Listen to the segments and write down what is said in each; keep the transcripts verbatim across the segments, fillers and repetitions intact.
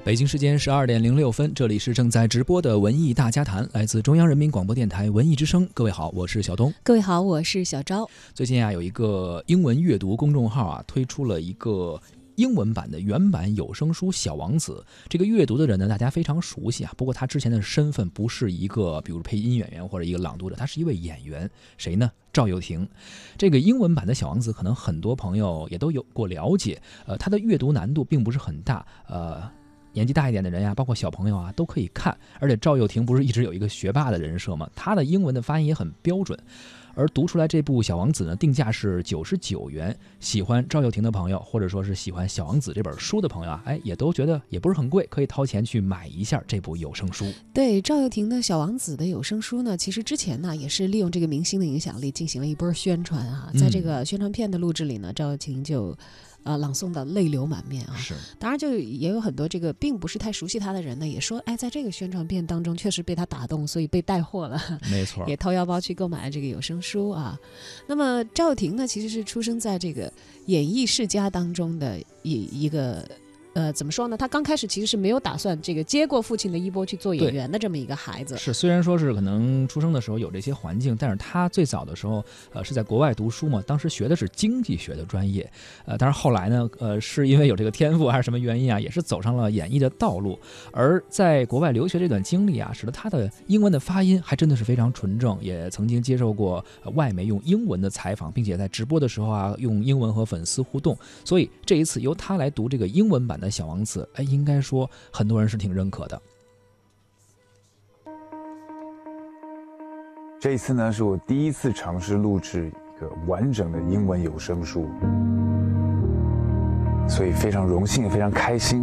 北京时间十二点零六分，这里是正在直播的文艺大家谈，来自中央人民广播电台文艺之声。各位好，我是小东。 各位好，我是小昭。 最近啊，有一个英文阅读公众号啊，推出了一个英文版的原版有声书《小王子》。这个阅读的人呢，大家非常熟悉啊。不过他之前的身份不是一个，比如配音演员或者一个朗读者，他是一位演员。谁呢？赵又廷。这个英文版的《小王子》，可能很多朋友也都有过了解。呃，他的阅读难度并不是很大。呃。年纪大一点的人呀，包括小朋友啊，都可以看。而且赵又廷不是一直有一个学霸的人设吗？他的英文的发音也很标准。而读出来这部《小王子》呢，定价是九十九元。喜欢赵又廷的朋友，或者说是喜欢《小王子》这本书的朋友啊，哎，也都觉得也不是很贵，可以掏钱去买一下这部有声书。 对，赵又廷的《小王子》的有声书呢，其实之前呢也是利用这个明星的影响力进行了一波宣传啊。在这个宣传片的录制里呢，赵又廷就呃，朗诵的泪流满面啊！ 是， 当然就也有很多这个并不是太熟悉他的人呢，也说，哎，在这个宣传片当中确实被他打动，所以被带货了， 没错， 也掏腰包去购买了这个有声书啊。那么赵又廷呢，其实是出生在这个演艺世家当中的一一个。呃，怎么说呢？他刚开始其实是没有打算这个接过父亲的衣钵去做演员的这么一个孩子。 是，虽然说是可能出生的时候有这些环境，但是他最早的时候，呃，是在国外读书嘛，当时学的是经济学的专业，呃，但是后来呢，呃，是因为有这个天赋还是什么原因啊，也是走上了演艺的道路。而在国外留学这段经历啊，使得他的英文的发音还真的是非常纯正，也曾经接受过、呃、外媒用英文的采访，并且在直播的时候啊，用英文和粉丝互动。所以这一次由他来读这个英文版的小王子，哎，应该说很多人是挺认可的。 这一次呢，是我第一次尝试录制一个完整的英文有声书，所以非常荣幸，非常开心，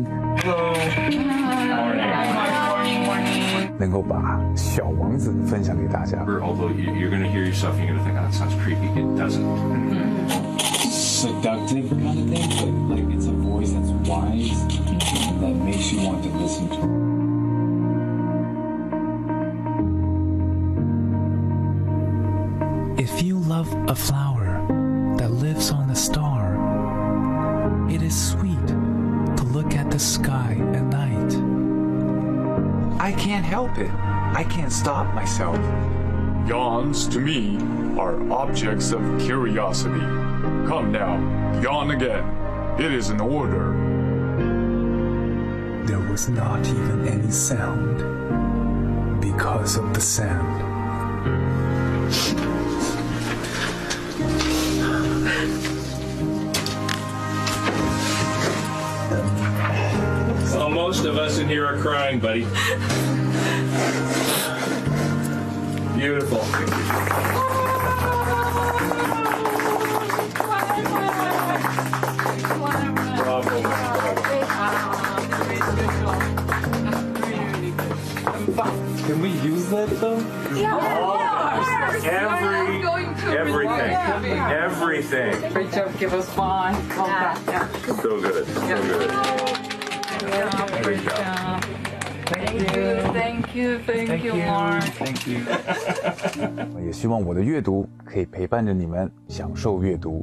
能够把《小王子》分享给大家。 Although you're going to hear yourself, you're going to think, "Oh, that sounds creepy." It doesn't. Seductive kind of thing, but like it's a voice that's wise and that makes you want to listen to. If you love a flower that lives on a star, it is sweet to look at the sky at night. I can't help it. I can't stop myself. Yawns, to me, are objects of curiosity. Come now, yawn again. It is an order. There was not even any sound because of the sound. Well, most of us in here are crying, buddy. Beautiful. Bravo, Can we use that though? Yeah. Every, everything, everything. Great job, give us one. Well done. Yeah. So good, so good. Great job. Thank you, thank you, thank you, Mark. Thank you. 也希望我的阅读可以陪伴着你们享受阅读。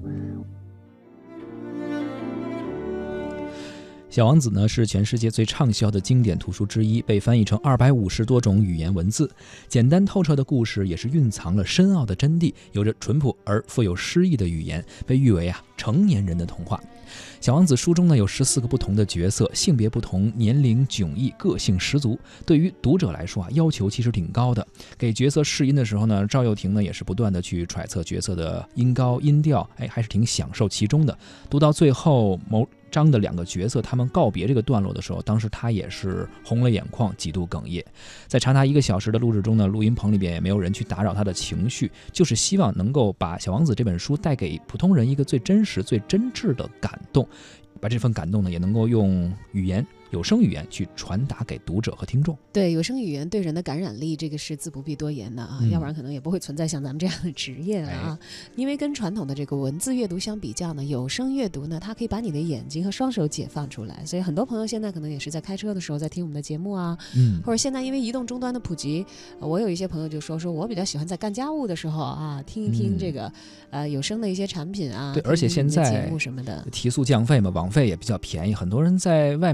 小王子呢是全世界最畅销的经典图书之一，被翻译成二百五十多种语言文字。简单透彻的故事也是蕴藏了深奥的真谛，有着淳朴而富有诗意的语言，被誉为啊成年人的童话。小王子书中呢有十四个不同的角色，性别不同，年龄迥异，个性十足。对于读者来说啊，要求其实挺高的。给角色试音的时候呢，赵又廷呢也是不断的去揣测角色的音高音调，哎，还是挺享受其中的。读到最后某章的两个角色他们告别这个段落的时候，当时他也是红了眼眶，几度哽咽。在长达一个小时的录制中呢，录音棚里边也没有人去打扰他的情绪，就是希望能够把《小王子》这本书带给普通人一个最真实最真挚的感动，把这份感动呢也能够用语言有声语言去传达给读者和听众。 对，有声语言对人的感染力，这个是自不必多言的啊、嗯，要不然可能也不会存在像咱们这样的职业了啊。哎、因为跟传统的这个文字阅读相比较呢，有声阅读呢，它可以把你的眼睛和双手解放出来。所以很多朋友现在可能也是在开车的时候在听我们的节目啊，嗯，或者现在因为移动终端的普及，我有一些朋友就说说我比较喜欢在干家务的时候啊，听一听这个、嗯、呃有声的一些产品啊， 对，而且现在节目什么的提速降费嘛，网费也比较便宜，很多人在外面的时候其实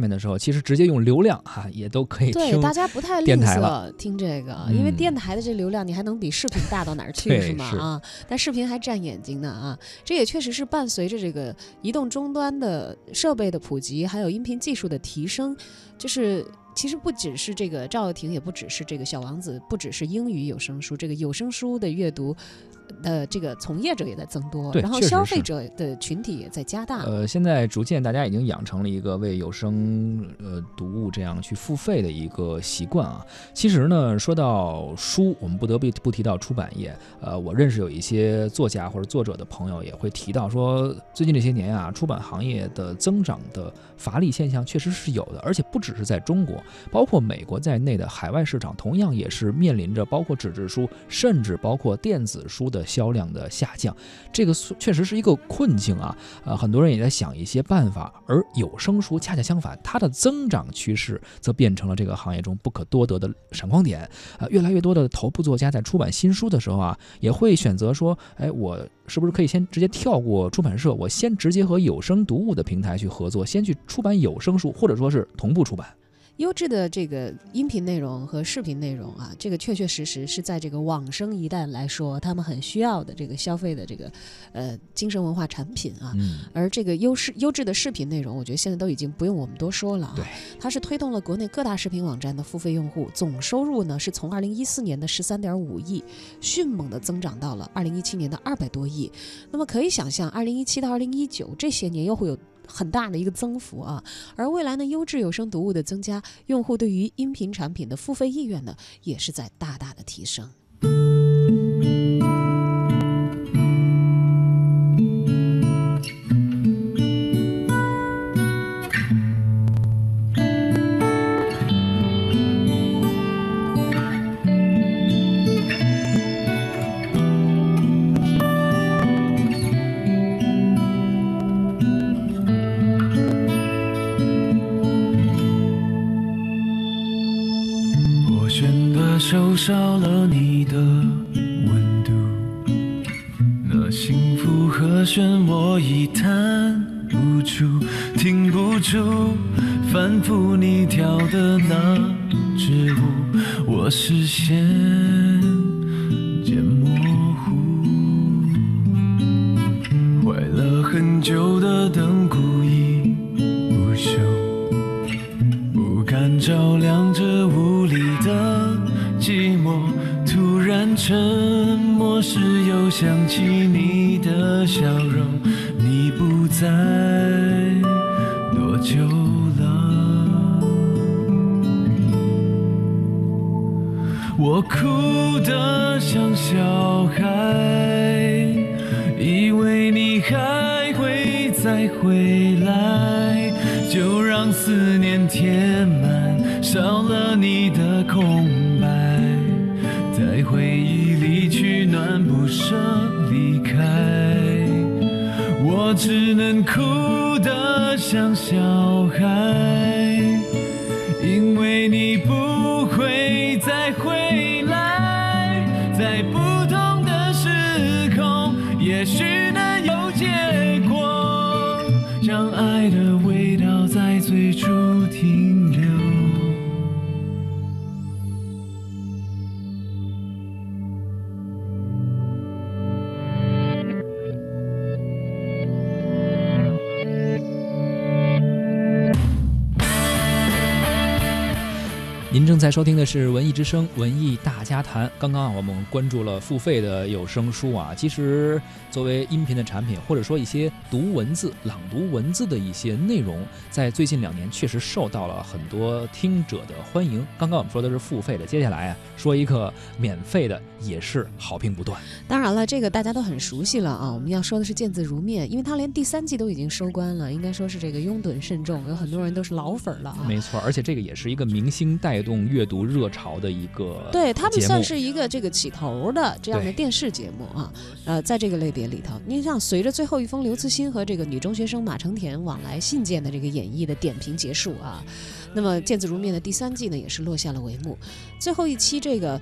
其实直接用流量哈、啊、也都可以听。 对，大家不太吝啬听这个， 嗯、 因为电台的这流量你还能比视频大到哪儿去是吗？啊，但视频还占眼睛呢啊，这也确实是伴随着这个移动终端的设备的普及，还有音频技术的提升，就是其实不只是这个赵又廷，也不只是这个小王子，不只是英语有声书，这个有声书的阅读的这个从业者也在增多，然后消费者的群体也在加大。 呃，现在逐渐大家已经养成了一个为有声呃读物这样去付费的一个习惯啊。其实呢，说到书，我们不得不不提到出版业。呃，我认识有一些作家或者作者的朋友也会提到说，最近这些年啊，出版行业的增长的乏力现象确实是有的，而且不只是在中国，包括美国在内的海外市场，同样也是面临着包括纸质书，甚至包括电子书的销量的下降，这个确实是一个困境啊。呃，很多人也在想一些办法，而有声书恰恰相反，它的增长趋势则变成了这个行业中不可多得的闪光点。呃，越来越多的头部作家在出版新书的时候啊，也会选择说，哎，我是不是可以先直接跳过出版社，我先直接和有声读物的平台去合作，先去出版有声书，或者说是同步出版。 优质的这个音频内容和视频内容啊，这个确确实实是在这个往生一代来说，他们很需要的这个消费的这个呃精神文化产品啊。 嗯、 而这个优势优质的视频内容，我觉得现在都已经不用我们多说了啊。 对， 它是推动了国内各大视频网站的付费用户总收入呢，是从二零一四年的十三点五亿迅猛的增长到了二零一七年的二百多亿。那么可以想象，二零一七到二零一九这些年又会有很大的一个增幅啊，而未来呢，优质有声读物的增加，用户对于音频产品的付费意愿呢，也是在大大的提升。 手少了你的温度，那幸福和弦我已弹不出，听不出反复你跳的那支舞，我视线渐模糊，坏了很久的灯故意不修，不敢照亮这屋里的寂寞，突然沉默时又想起你的笑容，你不在多久了？我哭得像小孩，以为你还会再回来，就让思念填满，少了你的空白，在回忆里取暖，不舍离开，我只能哭得像小孩，因为你不会再回来，在不同的时空，也许能有结果，让爱的味道在最初停留。 您正在收听的是文艺之声文艺大家谈。刚刚啊，我们关注了付费的有声书啊，其实作为音频的产品，或者说一些读文字、朗读文字的一些内容，在最近两年确实受到了很多听者的欢迎。刚刚我们说的是付费的，接下来啊，说一个免费的，也是好评不断。 当然了，这个大家都很熟悉了啊。我们要说的是《见字如面》，因为它连第三季都已经收官了，应该说是这个拥趸甚重，有很多人都是老粉了啊。 没错，而且这个也是一个明星带动阅读热潮的一个， 对，他们算是一个这个起头的这样的电视节目啊。呃，在这个类别里头，你想随着最后一封刘慈欣和这个女中学生马成田往来信件的这个演绎的点评结束啊，那么《见字如面》的第三季呢也是落下了帷幕。最后一期这个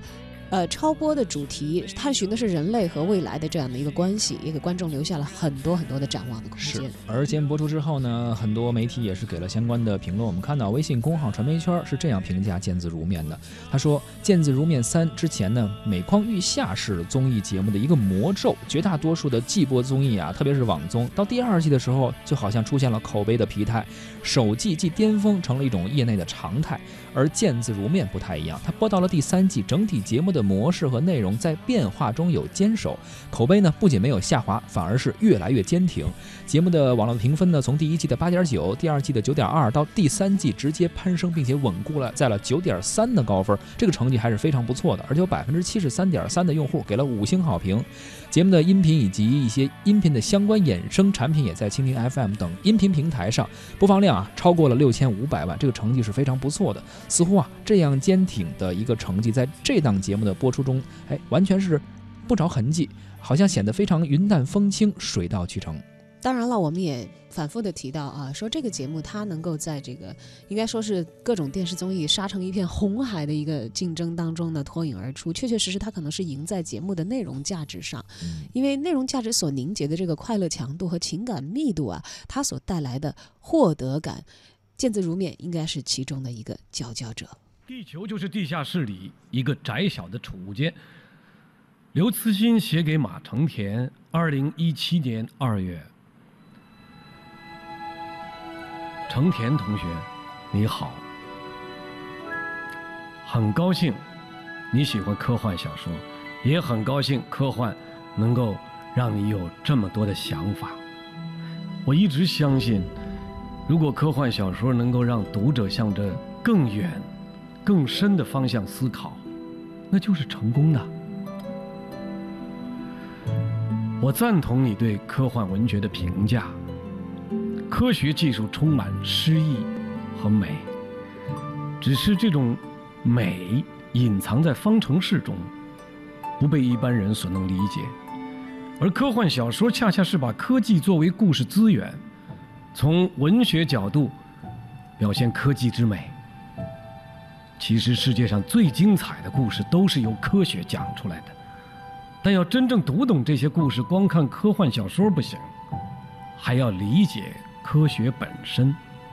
呃，超播的主题探寻的是人类和未来的这样的一个关系，也给观众留下了很多很多的展望的空间。 而节目播出之后呢，很多媒体也是给了相关的评论。我们看到微信公号传媒圈是这样评价《见字如面》的，他说《见字如面三》之前呢，每况愈下是综艺节目的一个魔咒，绝大多数的季播综艺啊，特别是网综，到第二季的时候就好像出现了口碑的疲态，首季即巅峰成了一种业内的常态。而《见字如面》不太一样，它播到了第三季，整体节目的模式和内容在变化中有坚守，口碑呢不仅没有下滑，反而是越来越坚挺。节目的网络评分呢，从第一季的八点九，第二季的九点二，到第三季直接攀升，并且稳固了在了九点三的高分，这个成绩还是非常不错的。而且有百分之七十三点三的用户给了五星好评。节目的音频以及一些音频的相关衍生产品也在蜻蜓 F M 等音频平台上播放量啊超过了六千五百万，这个成绩是非常不错的。似乎啊这样坚挺的一个成绩，在这档节目的播出中，哎，完全是不着痕迹，好像显得非常云淡风轻，水到渠成。 当然了，我们也反复的提到啊，说这个节目它能够在这个应该说是各种电视综艺杀成一片红海的一个竞争当中呢脱颖而出，确确实实它可能是赢在节目的内容价值上，因为内容价值所凝结的这个快乐强度和情感密度啊，它所带来的获得感，见字如面应该是其中的一个佼佼者。 地球就是地下室里一个窄小的储物间。刘慈欣写给马成田，二零一七年二月。成田同学，你好，很高兴你喜欢科幻小说，也很高兴科幻能够让你有这么多的想法。我一直相信，如果科幻小说能够让读者向着更远、更深的方向思考，那就是成功的。我赞同你对科幻文学的评价。科学技术充满诗意和美，只是这种美隐藏在方程式中，不被一般人所能理解。而科幻小说恰恰是把科技作为故事资源，从文学角度表现科技之美。其实世界上最精彩的故事都是由科学讲出来的，但要真正读懂这些故事，光看科幻小说不行，还要理解科学本身。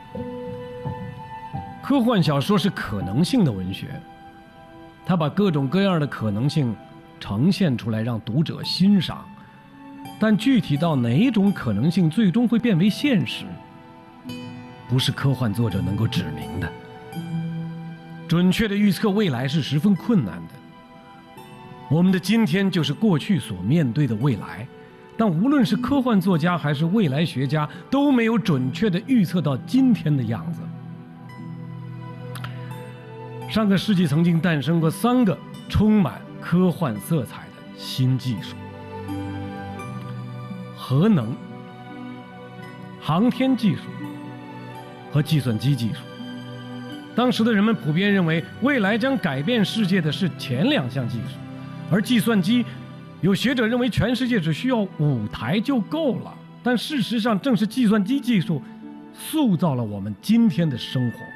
科幻小说是可能性的文学，它把各种各样的可能性呈现出来，让读者欣赏。但具体到哪种可能性最终会变为现实，不是科幻作者能够指明的。准确的预测未来是十分困难的。我们的今天就是过去所面对的未来。但无论是科幻作家还是未来学家，都没有准确地预测到今天的样子。上个世纪曾经诞生过三个充满科幻色彩的新技术：核能、航天技术和计算机技术。当时的人们普遍认为，未来将改变世界的是前两项技术，而计算机，有学者认为全世界只需要五台就够了，但事实上正是计算机技术塑造了我们今天的生活。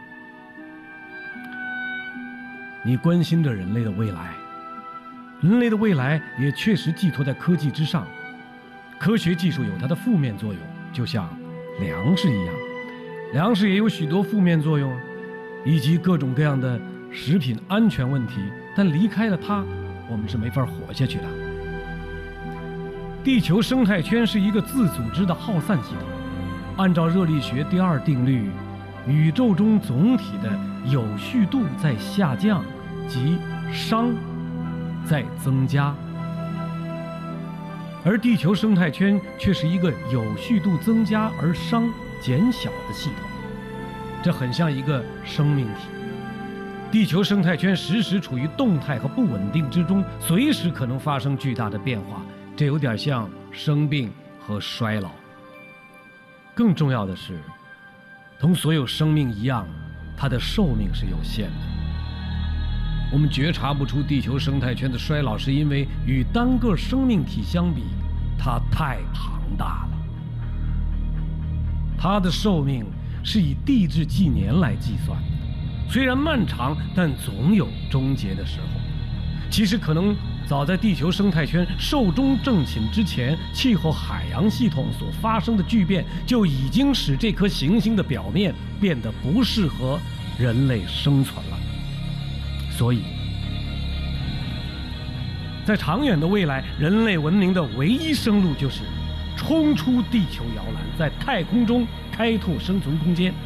你关心着人类的未来，人类的未来也确实寄托在科技之上。科学技术有它的负面作用，就像粮食一样，粮食也有许多负面作用，以及各种各样的食品安全问题，但离开了它，我们是没法活下去的。地球生态圈是一个自组织的耗散系统。按照热力学第二定律，宇宙中总体的有序度在下降，即熵在增加，而地球生态圈却是一个有序度增加而熵减小的系统。这很像一个生命体。地球生态圈时时处于动态和不稳定之中，随时可能发生巨大的变化。这有点像生病和衰老。更重要的是，同所有生命一样，它的寿命是有限的。我们觉察不出地球生态圈的衰老，是因为与单个生命体相比，它太庞大了。它的寿命是以地质纪年来计算的，虽然漫长，但总有终结的时候。 其实可能早在地球生态圈寿终正寝之前，气候海洋系统所发生的巨变就已经使这颗行星的表面变得不适合人类生存了。所以在长远的未来，人类文明的唯一生路就是冲出地球摇篮，在太空中开拓生存空间。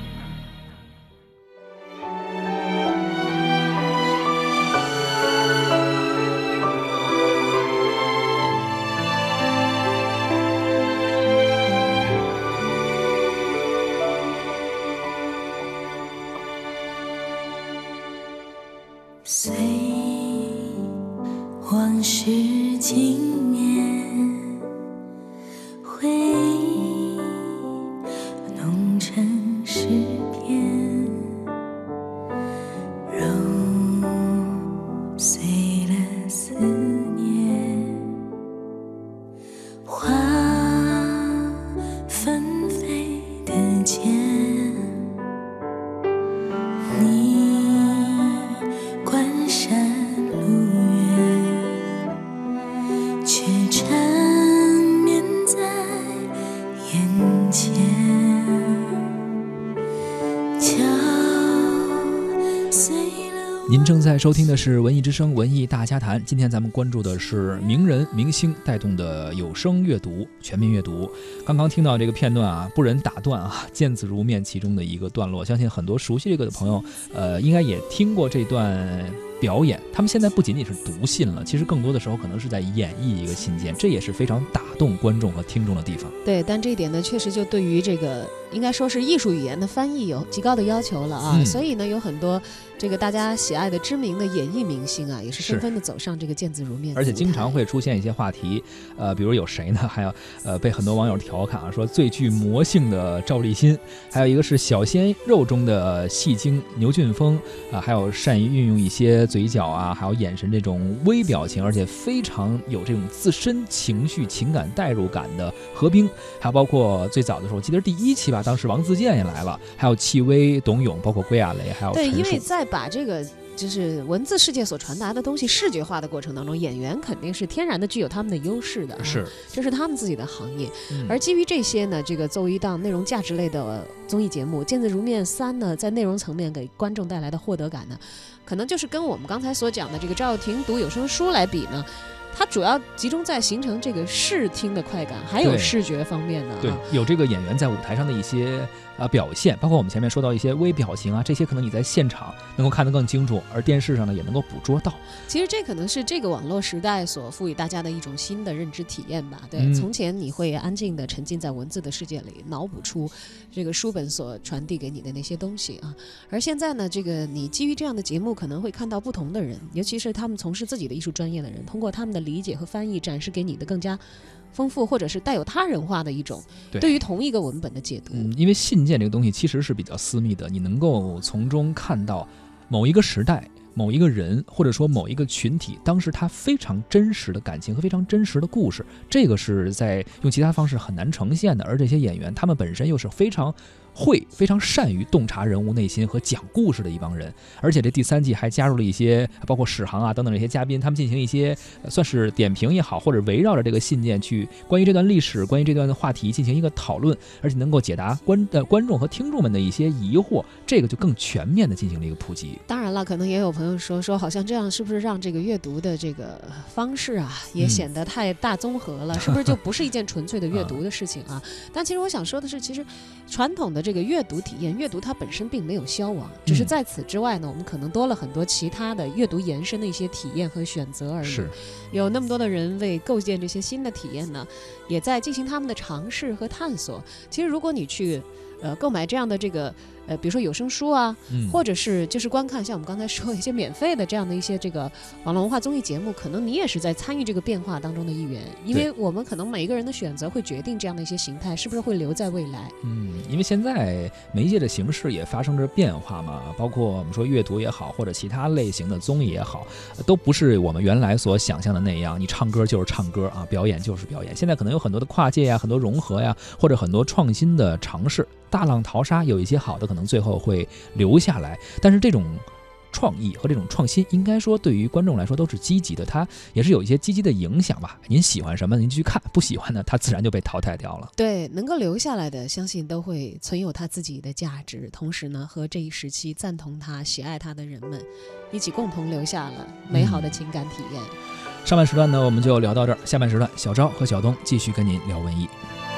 随往事轻绵，回忆弄成诗篇，揉碎了思念，花纷飞的剑，你关山路远，却缠绵在眼前。敲碎了。 您正在收听的是文艺之声文艺大家谈，今天咱们关注的是名人明星带动的有声阅读全民阅读。刚刚听到这个片段啊，不忍打断啊，见字如面其中的一个段落，相信很多熟悉这个的朋友呃，应该也听过这段表演。他们现在不仅仅是读信了，其实更多的时候可能是在演绎一个信件，这也是非常打动观众和听众的地方。 对，但这一点呢，确实就对于这个应该说是艺术语言的翻译有极高的要求了啊。嗯、所以呢，有很多这个大家喜爱的知名的演艺明星啊，也是纷纷的走上这个见字如面， 而且经常会出现一些话题，呃，比如有谁呢？还有呃，被很多网友调侃啊，说最具魔性的赵立新，还有一个是小鲜肉中的戏精牛俊峰啊、呃，还有善于运用一些嘴角啊，还有眼神这种微表情，而且非常有这种自身情绪情感代入感的何冰，还有包括最早的时候，我记得是第一期吧，当时王自健也来了，还有戚薇、董永，包括归亚蕾，还有对，因为在把这个就是文字世界所传达的东西视觉化的过程当中，演员肯定是天然的具有他们的优势的， 是， 这是他们自己的行业。 嗯、 而基于这些呢，这个作为一档内容价值类的综艺节目，《见字如面三》呢，在内容层面给观众带来的获得感呢，可能就是跟我们刚才所讲的这个赵又廷读有声书来比呢。它主要集中在形成这个视听的快感，还有视觉方面的、啊、 对，有这个演员在舞台上的一些呃表现，包括我们前面说到一些微表情啊，这些可能你在现场能够看得更清楚，而电视上呢也能够捕捉到。 其实这可能是这个网络时代所赋予大家的一种新的认知体验吧。对， 嗯、 从前你会安静地沉浸在文字的世界里，脑补出这个书本所传递给你的那些东西啊。而现在呢，这个你基于这样的节目，可能会看到不同的人，尤其是他们从事自己的艺术专业的人，通过他们的理解和翻译展示给你的更加丰富或者是带有他人化的一种对于同一个文本的解读。 嗯，因为信件这个东西其实是比较私密的，你能够从中看到某一个时代某一个人或者说某一个群体当时他非常真实的感情和非常真实的故事，这个是在用其他方式很难呈现的。而这些演员他们本身又是非常会非常善于洞察人物内心和讲故事的一帮人，而且这第三季还加入了一些包括史航啊等等这些嘉宾，他们进行一些、呃、算是点评也好，或者围绕着这个信件去关于这段历史关于这段的话题进行一个讨论，而且能够解答观呃观众和听众们的一些疑惑，这个就更全面的进行了一个普及。 当然了，可能也有朋友说说好像这样是不是让这个阅读的这个方式啊也显得太大综合了、嗯、是不是就不是一件纯粹的阅读的事情啊但其实我想说的是，其实传统的这个阅读体验，阅读它本身并没有消亡，只是在此之外呢、嗯、我们可能多了很多其他的阅读延伸的一些体验和选择而已。 是有那么多的人为构建这些新的体验呢，也在进行他们的尝试和探索。其实如果你去呃购买这样的这个呃，比如说有声书啊、嗯，或者是就是观看像我们刚才说一些免费的这样的一些这个网络文化综艺节目，可能你也是在参与这个变化当中的一员，因为我们可能每一个人的选择会决定这样的一些形态是不是会留在未来。 嗯，因为现在媒介的形式也发生着变化嘛，包括我们说阅读也好，或者其他类型的综艺也好，都不是我们原来所想象的那样，你唱歌就是唱歌啊，表演就是表演。现在可能有很多的跨界呀，很多融合呀，或者很多创新的尝试。大浪淘沙，有一些好的可能最后会留下来，但是这种创意和这种创新，应该说对于观众来说都是积极的，它也是有一些积极的影响吧。您喜欢什么您去看，不喜欢呢它自然就被淘汰掉了。 对，能够留下来的相信都会存有它自己的价值，同时呢和这一时期赞同它喜爱它的人们一起共同留下了美好的情感体验。 上半时段呢我们就聊到这儿，下半时段小昭和小东继续跟您聊文艺。